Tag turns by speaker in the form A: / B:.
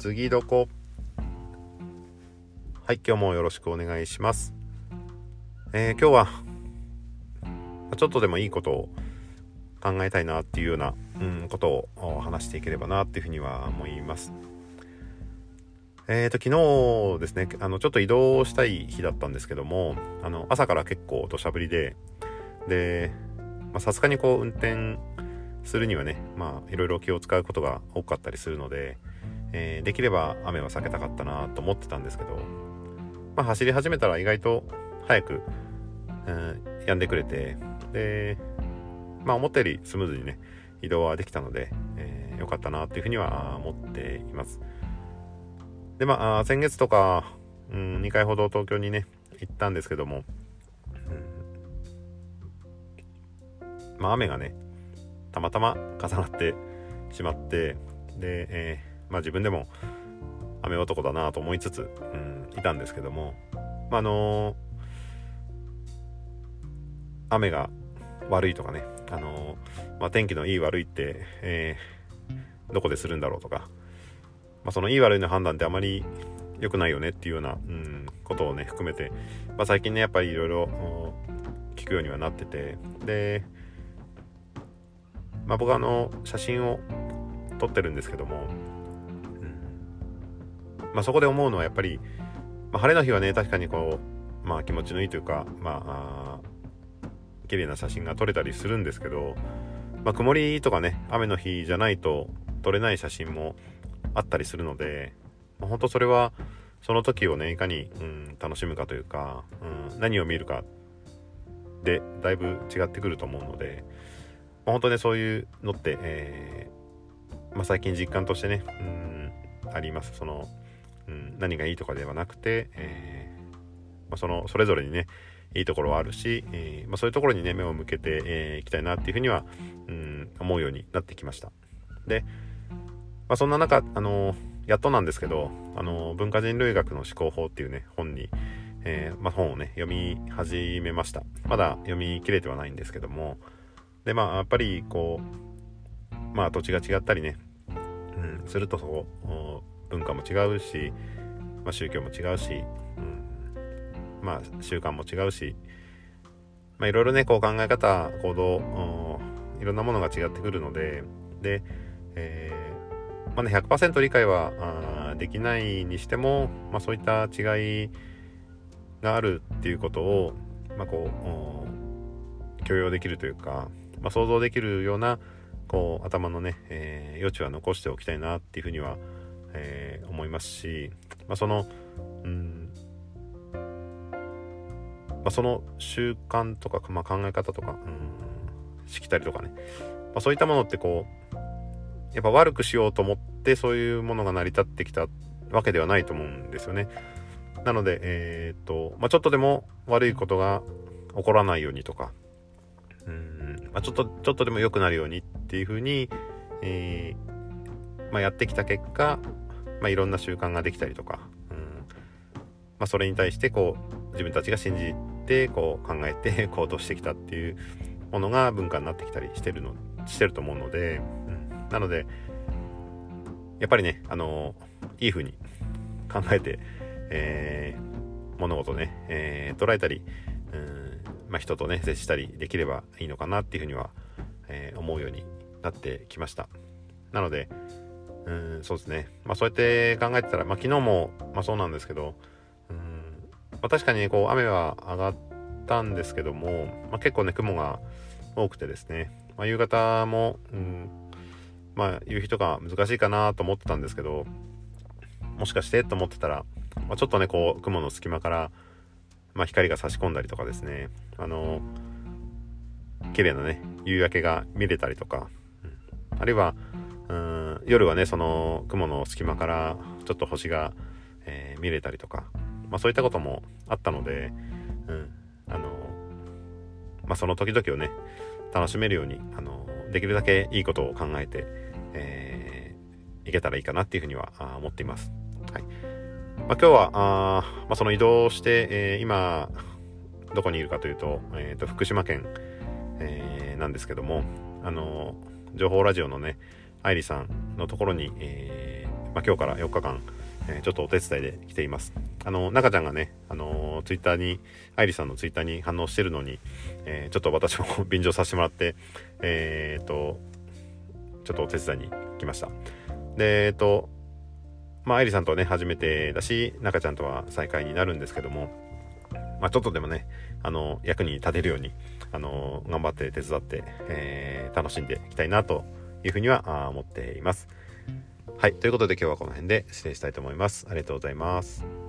A: 次どこ。はい、今日もよろしくお願いします。今日はちょっとでもいいことを考えたいなっていうような、ことを話していければなっていうふうには思います。昨日ですね、ちょっと移動したい日だったんですけども、朝から結構土砂降りで、さすがに運転するにはね、いろいろ気を使うことが多かったりするので、できれば雨は避けたかったなと思ってたんですけど、走り始めたら意外と早く、止んでくれて、で、思ったよりスムーズにね移動はできたので、良かったなっていうふうには思っています。で先月とか、2回ほど東京にね行ったんですけども、雨がねたまたま重なってしまって、で、自分でも雨男だなと思いつつ、いたんですけども、雨が悪いとかね、天気のいい悪いって、どこでするんだろうとか、そのいい悪いの判断ってあまり良くないよねっていうような、ことをね含めて、最近ねやっぱりいろいろ聞くようにはなってて、で、僕は写真を撮ってるんですけども、そこで思うのはやっぱり、晴れの日はね確かに気持ちのいいというか、綺麗な写真が撮れたりするんですけど、曇りとかね雨の日じゃないと撮れない写真もあったりするので、本当それはその時をねいかに、楽しむかというか、何を見るかでだいぶ違ってくると思うので、本当ねそういうのって、最近実感としてね、あります。何がいいとかではなくて、それぞれにねいいところはあるし、そういうところにね目を向けていきたいなっていうふうには、思うようになってきました。で、そんな中、やっとなんですけど、文化人類学の思考法っていうね本に、本をね読み始めました。まだ読み切れてはないんですけども、でやっぱり土地が違ったりね、すると文化も違うし、宗教も違うし、習慣も違うし、いろいろね考え方、行動、いろんなものが違ってくるので、100% 理解はできないにしても、そういった違いがあるっていうことを、許容できるというか、想像できるような頭のね、余地は残しておきたいなっていうふうには、思いますし、その習慣とか、考え方とか、しきたりとかね、そういったものってやっぱ悪くしようと思ってそういうものが成り立ってきたわけではないと思うんですよね。なので、ちょっとでも悪いことが起こらないようにとか、ちょっとでも良くなるようにっていうふうに、やってきた結果、いろんな習慣ができたりとか、それに対して自分たちが信じて考えて行動してきたっていうものが文化になってきたりしてると思うので、なのでやっぱりねいい風に考えて、物事ね、捉えたり、人とね接したりできればいいのかなっていうふうには、思うようになってきました。なのでそうですね、そうやって考えてたら、昨日もそうなんですけど、確かにね雨は上がったんですけども、結構ね雲が多くてですね、夕方も、夕日とか難しいかなと思ってたんですけど、もしかしてと思ってたら、ちょっとね雲の隙間から、光が差し込んだりとかですね、綺麗なね夕焼けが見れたりとか、あるいは夜はねその雲の隙間からちょっと星が、見れたりとか、そういったこともあったので、その時々をね楽しめるように、できるだけいいことを考えて、いけたらいいかなっていうふうには思っています。はい。今日はその移動して、今どこにいるかというと、福島県、なんですけども、情報ラジオのね愛理さんのところに、 今日から4日間、ちょっとお手伝いで来ています。中ちゃんがね、ツイッターに、愛理さんのツイッターに反応してるのに、ちょっと私も便乗させてもらって、ちょっとお手伝いに来ました。で、愛理さんとはね、初めてだし、中ちゃんとは再会になるんですけども、ちょっとでもね、役に立てるように、頑張って手伝って、楽しんでいきたいなというふうには思っています。はい。ということで今日はこの辺で失礼したいと思います。ありがとうございます。